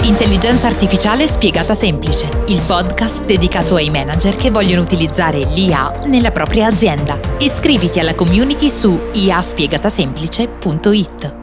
Intelligenza artificiale spiegata semplice, il podcast dedicato ai manager che vogliono utilizzare l'IA nella propria azienda. Iscriviti alla community su iaspiegatasemplice.it.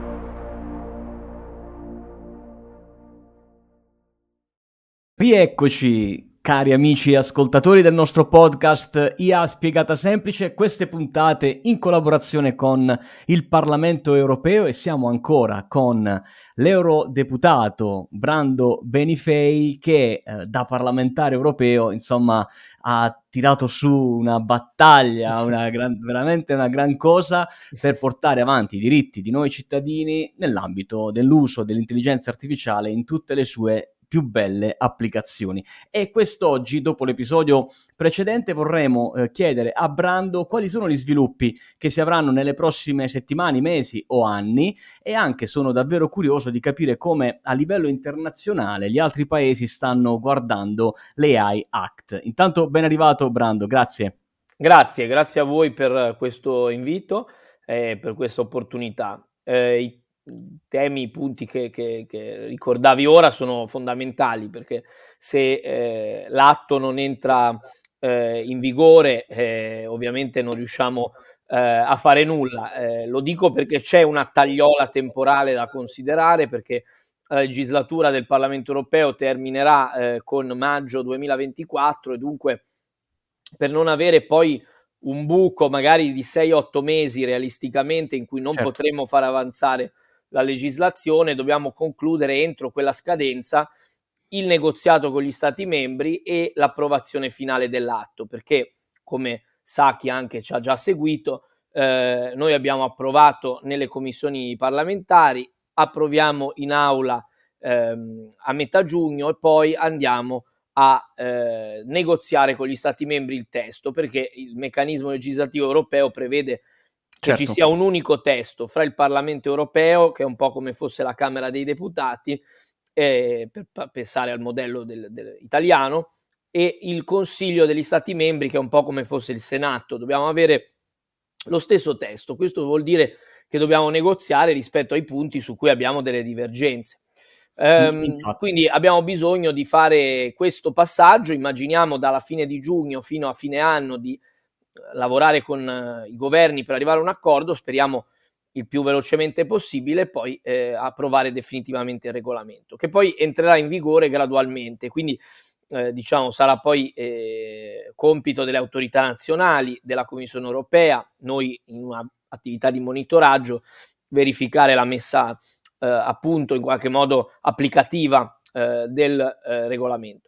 Rieccoci, cari amici e ascoltatori del nostro podcast IA Spiegata Semplice, queste puntate in collaborazione con il Parlamento Europeo, e siamo ancora con l'eurodeputato Brando Benifei che da parlamentare europeo, insomma, ha tirato su una battaglia, veramente una gran cosa per portare avanti i diritti di noi cittadini nell'ambito dell'uso dell'intelligenza artificiale in tutte le sue più belle applicazioni. E quest'oggi, dopo l'episodio precedente, vorremmo chiedere a Brando quali sono gli sviluppi che si avranno nelle prossime settimane, mesi o anni, e anche sono davvero curioso di capire come a livello internazionale gli altri paesi stanno guardando l'AI Act. Intanto ben arrivato Brando, grazie. Grazie a voi per questo invito e per questa opportunità. I temi, i punti che ricordavi ora sono fondamentali, perché se l'atto non entra in vigore, ovviamente non riusciamo a fare nulla. Lo dico perché c'è una tagliola temporale da considerare, perché la legislatura del Parlamento Europeo terminerà con maggio 2024 e dunque, per non avere poi un buco magari di 6-8 mesi realisticamente in cui non potremo fare avanzare la legislazione, dobbiamo concludere entro quella scadenza il negoziato con gli Stati membri e l'approvazione finale dell'atto, perché, come sa chi anche ci ha già seguito, noi abbiamo approvato nelle commissioni parlamentari, approviamo in aula a metà giugno e poi andiamo a negoziare con gli Stati membri il testo, perché il meccanismo legislativo europeo prevede che ci sia un unico testo fra il Parlamento europeo, che è un po' come fosse la Camera dei Deputati, per pensare al modello italiano, e il Consiglio degli Stati membri, che è un po' come fosse il Senato. Dobbiamo avere lo stesso testo. Questo vuol dire che dobbiamo negoziare rispetto ai punti su cui abbiamo delle divergenze. Quindi abbiamo bisogno di fare questo passaggio. Immaginiamo dalla fine di giugno fino a fine anno di lavorare con i governi per arrivare a un accordo, speriamo il più velocemente possibile, e poi approvare definitivamente il regolamento, che poi entrerà in vigore gradualmente. Quindi diciamo sarà poi compito delle autorità nazionali, della Commissione europea, noi in un'attività di monitoraggio, verificare la messa appunto in qualche modo applicativa del regolamento.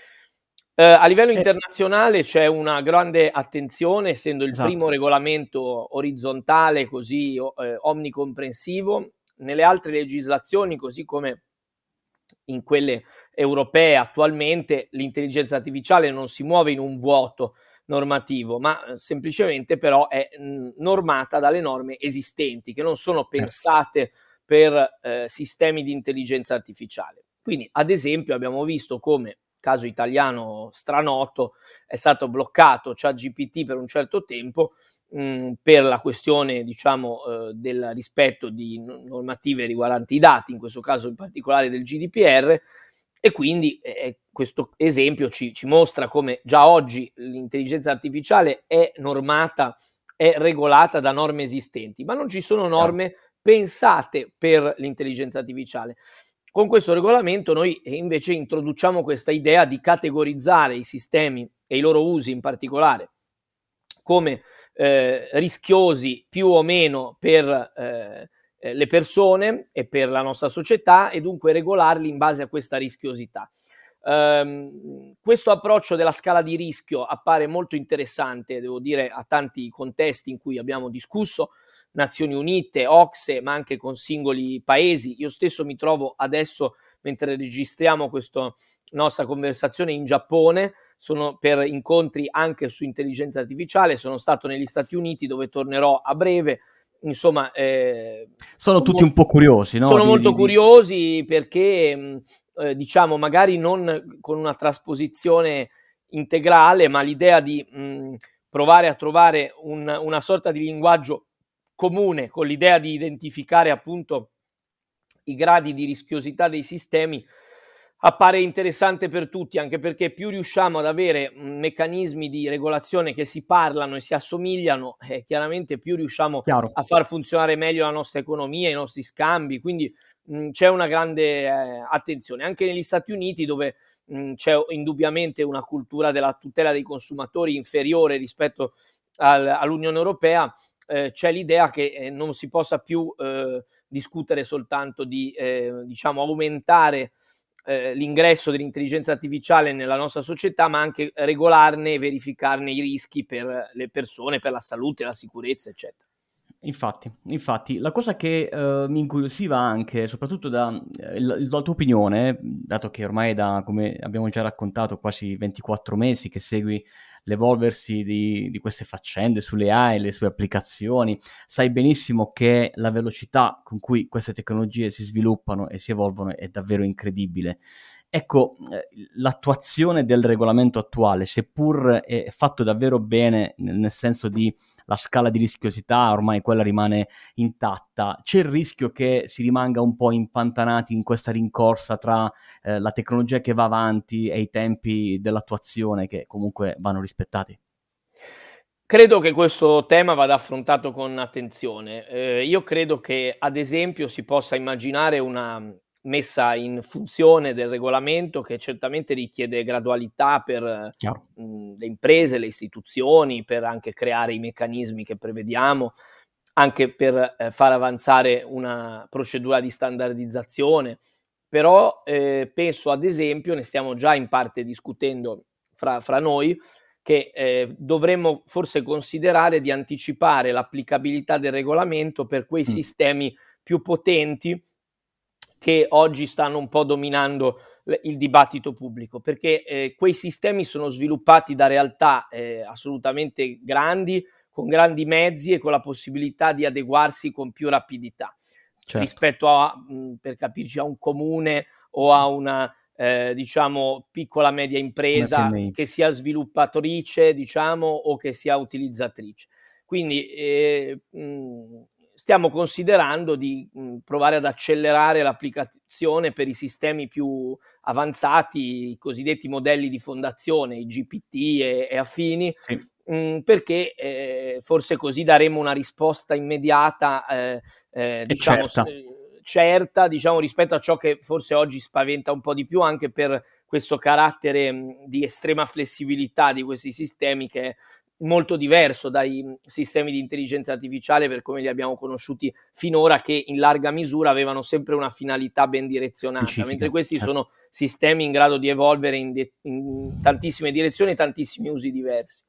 A livello internazionale c'è una grande attenzione, essendo il primo regolamento orizzontale così omnicomprensivo. Nelle altre legislazioni, così come in quelle europee attualmente, l'intelligenza artificiale non si muove in un vuoto normativo, ma semplicemente però è normata dalle norme esistenti, che non sono pensate per sistemi di intelligenza artificiale. Quindi, ad esempio, abbiamo visto come, caso italiano stranoto, è stato bloccato ChatGPT per un certo tempo per la questione, diciamo, del rispetto di normative riguardanti i dati, in questo caso in particolare del GDPR, e quindi questo esempio ci mostra come già oggi l'intelligenza artificiale è normata, è regolata da norme esistenti, ma non ci sono norme pensate per l'intelligenza artificiale. Con questo regolamento noi invece introduciamo questa idea di categorizzare i sistemi e i loro usi in particolare come rischiosi più o meno per le persone e per la nostra società, e dunque regolarli in base a questa rischiosità. Questo approccio della scala di rischio appare molto interessante, devo dire, a tanti contesti in cui abbiamo discusso, Nazioni Unite, OCSE, ma anche con singoli paesi. Io stesso mi trovo adesso, mentre registriamo questa nostra conversazione, in Giappone, sono per incontri anche su intelligenza artificiale, sono stato negli Stati Uniti, dove tornerò a breve. Insomma, sono tutti un po' curiosi, no? Sono molto curiosi perché, diciamo, magari non con una trasposizione integrale, ma l'idea di provare a trovare una sorta di linguaggio comune, con l'idea di identificare appunto i gradi di rischiosità dei sistemi, appare interessante per tutti, anche perché più riusciamo ad avere meccanismi di regolazione che si parlano e si assomigliano, chiaramente più riusciamo Chiaro. a far funzionare meglio la nostra economia, i nostri scambi, quindi c'è una grande attenzione. Anche negli Stati Uniti, dove c'è indubbiamente una cultura della tutela dei consumatori inferiore rispetto all'Unione Europea, c'è l'idea che non si possa più discutere soltanto di diciamo aumentare l'ingresso dell'intelligenza artificiale nella nostra società, ma anche regolarne e verificarne i rischi per le persone, per la salute, la sicurezza, eccetera. Infatti, la cosa che mi incuriosiva anche, soprattutto dalla tua opinione, dato che ormai da, come abbiamo già raccontato, quasi 24 mesi che segui l'evolversi di queste faccende sulle AI, le sue applicazioni, sai benissimo che la velocità con cui queste tecnologie si sviluppano e si evolvono è davvero incredibile. Ecco, l'attuazione del regolamento attuale, seppur è fatto davvero bene, nel senso di la scala di rischiosità ormai quella rimane intatta, c'è il rischio che si rimanga un po' impantanati in questa rincorsa tra la tecnologia che va avanti e i tempi dell'attuazione che comunque vanno rispettati? Credo che questo tema vada affrontato con attenzione. Io credo che, ad esempio, si possa immaginare una messa in funzione del regolamento che certamente richiede gradualità per Chiaro. le imprese, le istituzioni, per anche creare i meccanismi che prevediamo, anche per far avanzare una procedura di standardizzazione. Però penso, ad esempio, ne stiamo già in parte discutendo fra noi, che dovremmo forse considerare di anticipare l'applicabilità del regolamento per quei Mm. sistemi più potenti che oggi stanno un po' dominando il dibattito pubblico, perché quei sistemi sono sviluppati da realtà assolutamente grandi, con grandi mezzi e con la possibilità di adeguarsi con più rapidità Certo. rispetto a, per capirci, a un comune o a una diciamo piccola media Una impresa PMI. che sia sviluppatrice, diciamo, o che sia utilizzatrice. Quindi stiamo considerando di provare ad accelerare l'applicazione per i sistemi più avanzati, i cosiddetti modelli di fondazione, i GPT e affini, Sì. perché forse così daremo una risposta immediata, E diciamo certa. certa, diciamo, rispetto a ciò che forse oggi spaventa un po' di più, anche per questo carattere di estrema flessibilità di questi sistemi, che è molto diverso dai sistemi di intelligenza artificiale per come li abbiamo conosciuti finora, che in larga misura avevano sempre una finalità ben direzionata, mentre Specifica, questi certo. sono sistemi in grado di evolvere in tantissime direzioni e tantissimi usi diversi.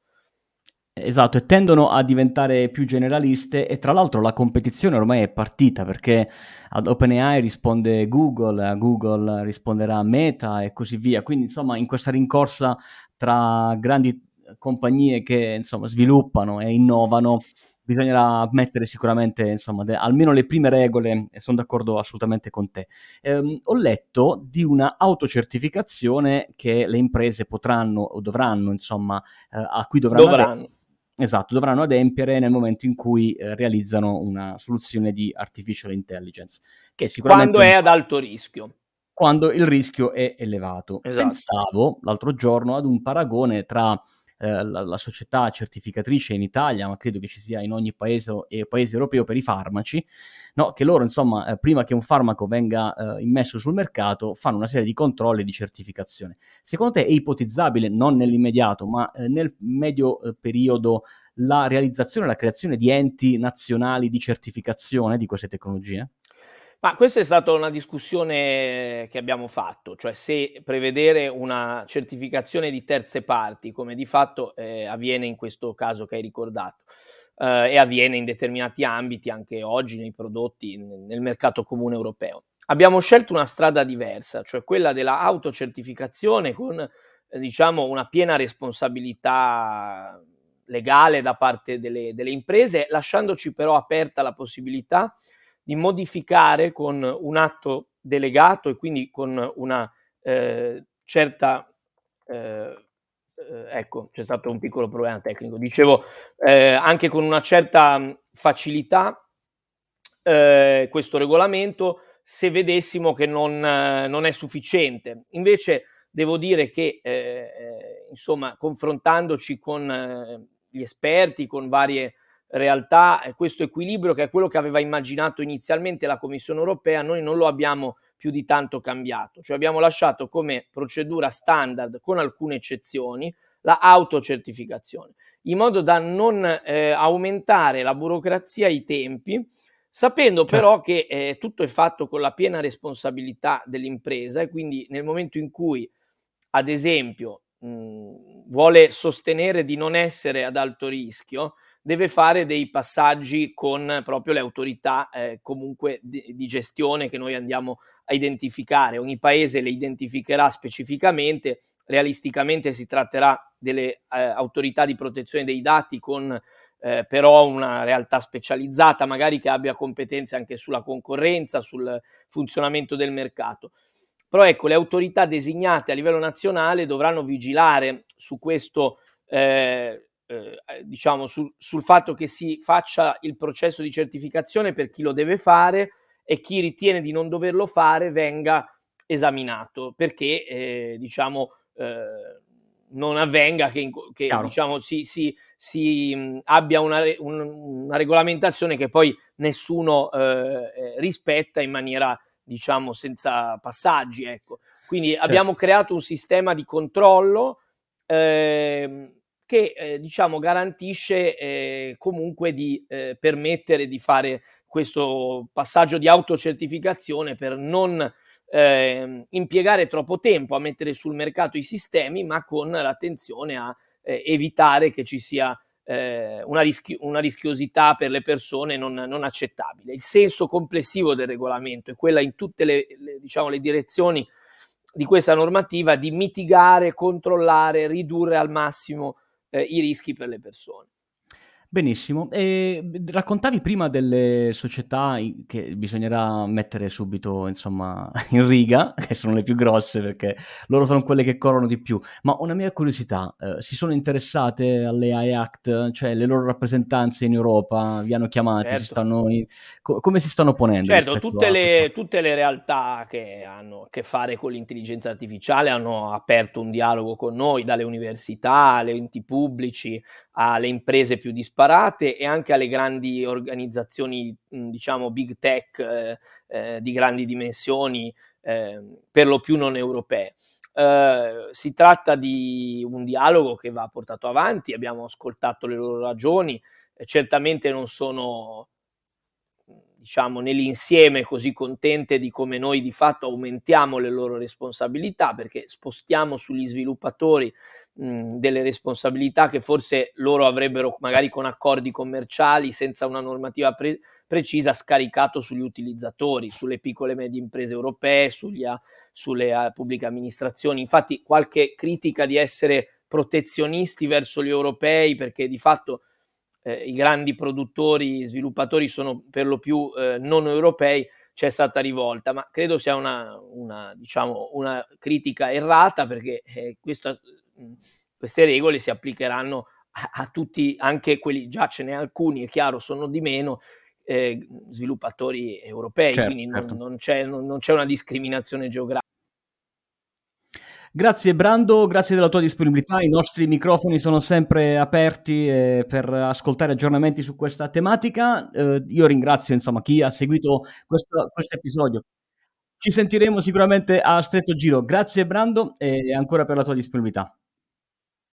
Esatto, e tendono a diventare più generaliste e tra l'altro la competizione ormai è partita perché ad OpenAI risponde Google, a Google risponderà Meta e così via. Quindi insomma in questa rincorsa tra grandi compagnie che insomma sviluppano e innovano bisognerà mettere sicuramente insomma almeno le prime regole e sono d'accordo assolutamente con te. Ho letto di una autocertificazione che le imprese potranno o dovranno insomma a cui dovranno Dovranno. esatto, dovranno adempiere nel momento in cui realizzano una soluzione di artificial intelligence, che Quando sicuramente è ad alto rischio. quando il rischio è elevato. Esatto. Pensavo l'altro giorno ad un paragone tra la società certificatrice in Italia, ma credo che ci sia in ogni paese europeo per i farmaci, no? Che loro, insomma, prima che un farmaco venga immesso sul mercato, fanno una serie di controlli di certificazione. Secondo te è ipotizzabile, non nell'immediato, ma nel medio periodo, la realizzazione, la creazione di enti nazionali di certificazione di queste tecnologie? Ma questa è stata una discussione che abbiamo fatto, cioè se prevedere una certificazione di terze parti, come di fatto avviene in questo caso che hai ricordato, e avviene in determinati ambiti anche oggi nei prodotti nel mercato comune europeo. Abbiamo scelto una strada diversa, cioè quella della autocertificazione con diciamo una piena responsabilità legale da parte delle imprese, lasciandoci però aperta la possibilità di modificare con un atto delegato e quindi con una certa ecco, c'è stato un piccolo problema tecnico. Dicevo, anche con una certa facilità questo regolamento se vedessimo che non è sufficiente. Invece devo dire che insomma, confrontandoci con gli esperti, con varie realtà, questo equilibrio, che è quello che aveva immaginato inizialmente la Commissione europea, noi non lo abbiamo più di tanto cambiato, cioè abbiamo lasciato come procedura standard, con alcune eccezioni, la autocertificazione, in modo da non aumentare la burocrazia e i tempi, sapendo Certo. però che tutto è fatto con la piena responsabilità dell'impresa, e quindi nel momento in cui, ad esempio, vuole sostenere di non essere ad alto rischio, deve fare dei passaggi con proprio le autorità comunque di gestione che noi andiamo a identificare. Ogni paese le identificherà specificamente, realisticamente si tratterà delle autorità di protezione dei dati con però una realtà specializzata, magari che abbia competenze anche sulla concorrenza, sul funzionamento del mercato. Però ecco, le autorità designate a livello nazionale dovranno vigilare su questo, diciamo sul fatto che si faccia il processo di certificazione per chi lo deve fare, e chi ritiene di non doverlo fare venga esaminato, perché diciamo non avvenga che Chiaro. diciamo abbia una regolamentazione che poi nessuno rispetta in maniera, diciamo, senza passaggi, ecco. Quindi Certo. abbiamo creato un sistema di controllo che diciamo garantisce comunque di permettere di fare questo passaggio di autocertificazione, per non impiegare troppo tempo a mettere sul mercato i sistemi, ma con l'attenzione a evitare che ci sia una rischiosità per le persone non accettabile. Il senso complessivo del regolamento è quella, in tutte diciamo, le direzioni di questa normativa, di mitigare, controllare, ridurre al massimo i rischi per le persone. Benissimo. Raccontavi prima delle società che bisognerà mettere subito, insomma, in riga, che sono le più grosse perché loro sono quelle che corrono di più. Ma una mia curiosità, si sono interessate all'AI Act? Cioè le loro rappresentanze in Europa vi hanno chiamati? Certo. Come si stanno ponendo Certo, rispetto a questo? tutte le realtà che hanno a che fare con l'intelligenza artificiale hanno aperto un dialogo con noi, dalle università, alle enti pubblici, alle imprese più disparate e anche alle grandi organizzazioni, diciamo big tech, di grandi dimensioni, per lo più non europee. Si tratta di un dialogo che va portato avanti, abbiamo ascoltato le loro ragioni, certamente non sono, diciamo, nell'insieme così contente di come noi di fatto aumentiamo le loro responsabilità, perché spostiamo sugli sviluppatori delle responsabilità che forse loro avrebbero, magari con accordi commerciali, senza una normativa precisa, scaricato sugli utilizzatori, sulle piccole e medie imprese europee, sulle pubbliche amministrazioni. Infatti qualche critica di essere protezionisti verso gli europei, perché di fatto i grandi produttori, sviluppatori sono per lo più non europei, c'è stata rivolta, ma credo sia diciamo, una critica errata, perché queste regole si applicheranno a tutti, anche quelli, già ce n'è alcuni, è chiaro, sono di meno sviluppatori europei, Certo, quindi certo. non c'è una discriminazione geografica. Grazie Brando, grazie della tua disponibilità. I nostri microfoni sono sempre aperti per ascoltare aggiornamenti su questa tematica. Io ringrazio insomma chi ha seguito questo episodio. Ci sentiremo sicuramente a stretto giro. Grazie Brando e ancora per la tua disponibilità.